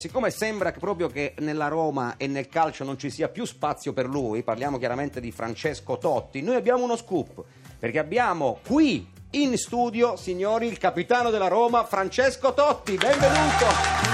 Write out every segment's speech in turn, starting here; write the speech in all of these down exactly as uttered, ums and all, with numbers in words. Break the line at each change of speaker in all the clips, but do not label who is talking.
Siccome sembra che proprio che nella Roma e nel calcio non ci sia più spazio per lui, parliamo chiaramente di Francesco Totti, noi abbiamo uno scoop, perché abbiamo qui in studio, signori, il capitano della Roma, Francesco Totti, benvenuto!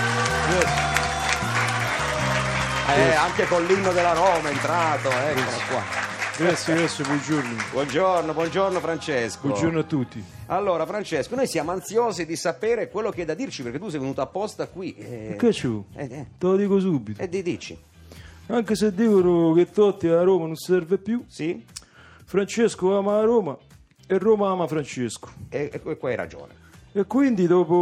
Eh, anche con l'inno della Roma è entrato, eh, eccolo qua.
Grazie, grazie, buongiorno.
Buongiorno, buongiorno Francesco.
Buongiorno a tutti.
Allora Francesco, noi siamo ansiosi di sapere quello che è da dirci, perché tu sei venuto apposta qui. Eh...
Che c'è?
Eh, eh.
Te lo dico subito.
E eh, di dici?
Anche se dicono che Totti a Roma non serve più,
Sì?
Francesco ama la Roma e Roma ama Francesco.
E, e qua hai ragione.
E quindi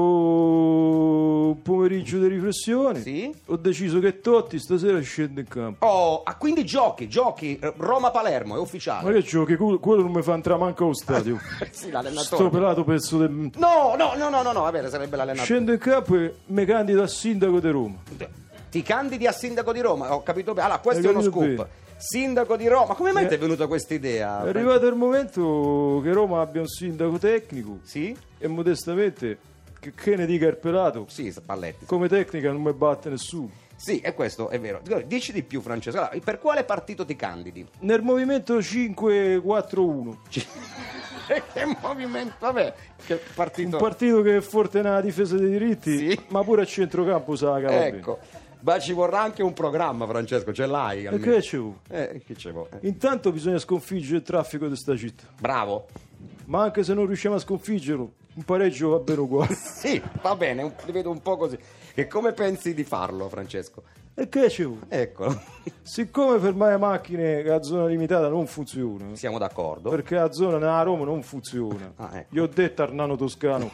dopo un pomeriggio di riflessione
Sì?
ho deciso che Totti stasera scende in campo.
Oh, ah, quindi giochi, giochi, eh, Roma-Palermo, è ufficiale.
Ma che giochi? Quello quello non mi fa entrare manco allo stadio.
Sì, l'allenatore.
Sto pelato pezzo del...
No, no, no, no, no, no, vabbè, sarebbe l'allenatore.
Scendo in campo e mi candido a sindaco di Roma.
Ti candidi a sindaco di Roma, ho capito bene. Allora, questo
Hai
è uno
capito
scoop.
bene.
Sindaco di Roma, come mai
Eh,
ti è venuta questa idea?
È arrivato il momento che Roma abbia un sindaco tecnico
Sì?
e modestamente, che, che ne dica il pelato,
Sì, Spalletti.
come tecnica non mi batte nessuno.
Sì, e questo è vero. Dici di più, Francesco. Allora, per quale partito ti candidi?
Nel movimento cinque quattro uno,
Che movimento, vabbè, che partito.
un partito che è forte nella difesa dei diritti,
Sì.
ma pure a centrocampo sa la cava bene.
Ecco, ma ci vorrà anche un programma, Francesco, ce l'hai
E
almeno.
che c'è?
Eh, che c'è vo- eh.
Intanto bisogna sconfiggere il traffico di sta città,
Bravo.
ma anche se non riusciamo a sconfiggerlo, un pareggio va bene uguale.
Sì, va bene, un- li vedo un po' così. E come pensi di farlo, Francesco?
E che c'è?
Eccolo,
Siccome fermare le macchine che la zona limitata non funziona,
siamo d'accordo.
perché la zona nella Roma non funziona,
Ah, ecco.
gli ho detto al nano toscano,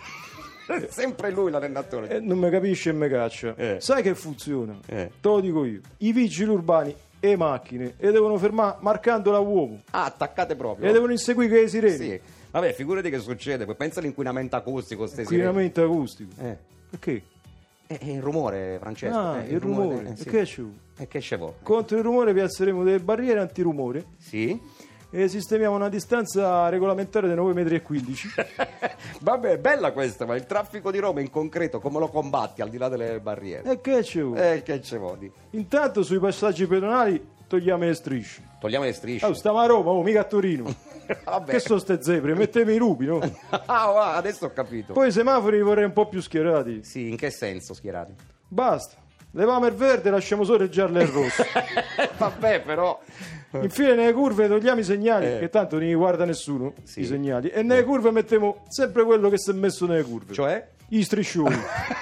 Sempre lui l'allenatore.
e non mi capisce e mi caccia.
Eh.
Sai che funziona?
Eh.
Te lo dico io. I vigili urbani e le macchine e devono fermare marcandola a uomo
Ah, attaccate proprio.
e devono inseguire che le sirene.
Sì. Vabbè, figurati che succede, poi pensa all'inquinamento acustico, ste sirene.
Inquinamento acustico.
Eh.
Perché?
Eh, eh, il rumore, Francesco.
Ah,
eh,
il rumore.
eh,
E
sì.
che c'è?
E che c'è vo?
Contro il rumore piazzeremo delle barriere antirumore
Sì?
e sistemiamo una distanza regolamentare di nove metri e quindici.
Vabbè, bella questa, ma il traffico di Roma in concreto come lo combatti al di là delle barriere?
E che c'è?
Eh, che c'è vodi?
Intanto sui passaggi pedonali togliamo le strisce.
Togliamo le strisce.
Oh, stiamo a Roma, oh, mica a Torino.
Vabbè.
Che sono ste zebre? Mettemi i rubi, no?
Ah, va, adesso ho capito.
Poi i semafori li vorrei un po' più schierati.
Sì, in che senso schierati?
Basta. Leviamo il verde e lasciamo solo il giallo e il rosso.
Vabbè, però...
Infine nelle curve togliamo i segnali,
Eh.
che tanto non li guarda nessuno,
Sì.
i segnali. E nelle curve mettiamo sempre quello che si è messo nelle curve.
Cioè?
I striscioni.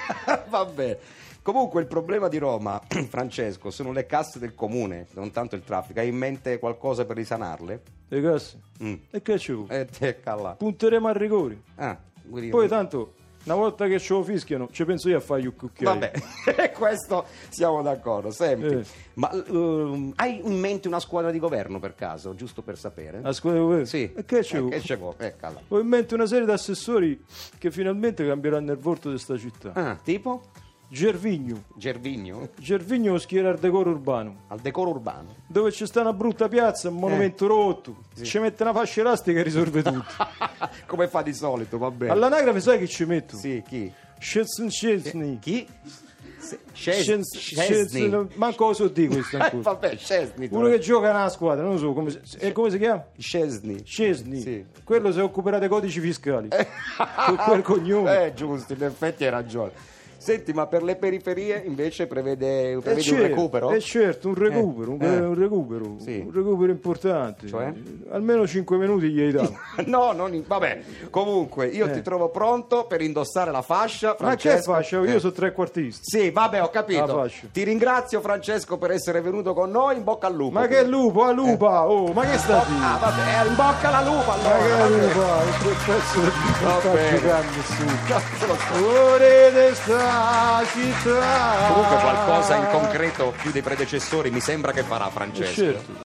Vabbè. Comunque il problema di Roma, Francesco, sono le casse del comune, non tanto il traffico. Hai in mente qualcosa per risanarle?
Le casse.
Mm.
E che c'è?
E te calla.
Punteremo al rigore.
Ah, vuoi dire-
Poi tanto, una volta che ce lo fischiano, ci penso io a fare gli cucchiai.
Vabbè, questo siamo d'accordo. Senti,
Eh.
ma ehm, hai in mente una squadra di governo per caso, giusto per sapere?
La squadra di governo?
Sì.
E che c'è?
Eh, che c'è vo- eh, calla.
Ho in mente una serie di assessori che finalmente cambieranno il volto di sta città.
Ah, tipo?
Gervigno.
Gervigno?
Gervigno schiera il decoro urbano.
Al decoro urbano.
Dove c'è sta una brutta piazza, un monumento rotto. Ci mette una fascia elastica e risolve tutto.
Come fa di solito, va bene.
All'anagrafe sai chi ci metto?
Sì, chi?
Szczesny, Szczesny.
Chi? Se-
Szczes-
Sces-
Szczesny.
Szczesny.
Manco lo so di questo
Eh,
ancora.
vabbè, Szczesny.
Uno che gioca nella squadra, non lo so come, si- e come si chiama?
Szczesny.
Szczesny.
Sì.
Quello si occuperà dei codici fiscali. Con quel cognome.
Eh, giusto, in effetti hai ragione. Senti, ma per le periferie invece prevede,
E
prevedi un
certo,
recupero?
e certo, un recupero, un,
Eh.
un recupero,
Sì.
un recupero importante.
Cioè?
Almeno cinque minuti glieli dà.
No, non in- vabbè. Comunque, io
Eh.
ti trovo pronto per indossare la fascia,
Ma che
Francesco.
faccio? Io
Eh.
sono trequartista.
Sì, vabbè, ho capito.
La fascia.
Ti ringrazio, Francesco, per essere venuto con noi. In bocca al lupo.
Ma che lupo, a lupa, oh, ma che sta di?
Ah, vabbè, in bocca la lupa
Ma
allora.
che
vabbè.
lupa, il tuo pezzo di
Va
sta
bene.
giocando su.
Cazzo lo so.
Cuore di sta città.
Comunque qualcosa in concreto più dei predecessori mi sembra che farà Francesco.
Certo.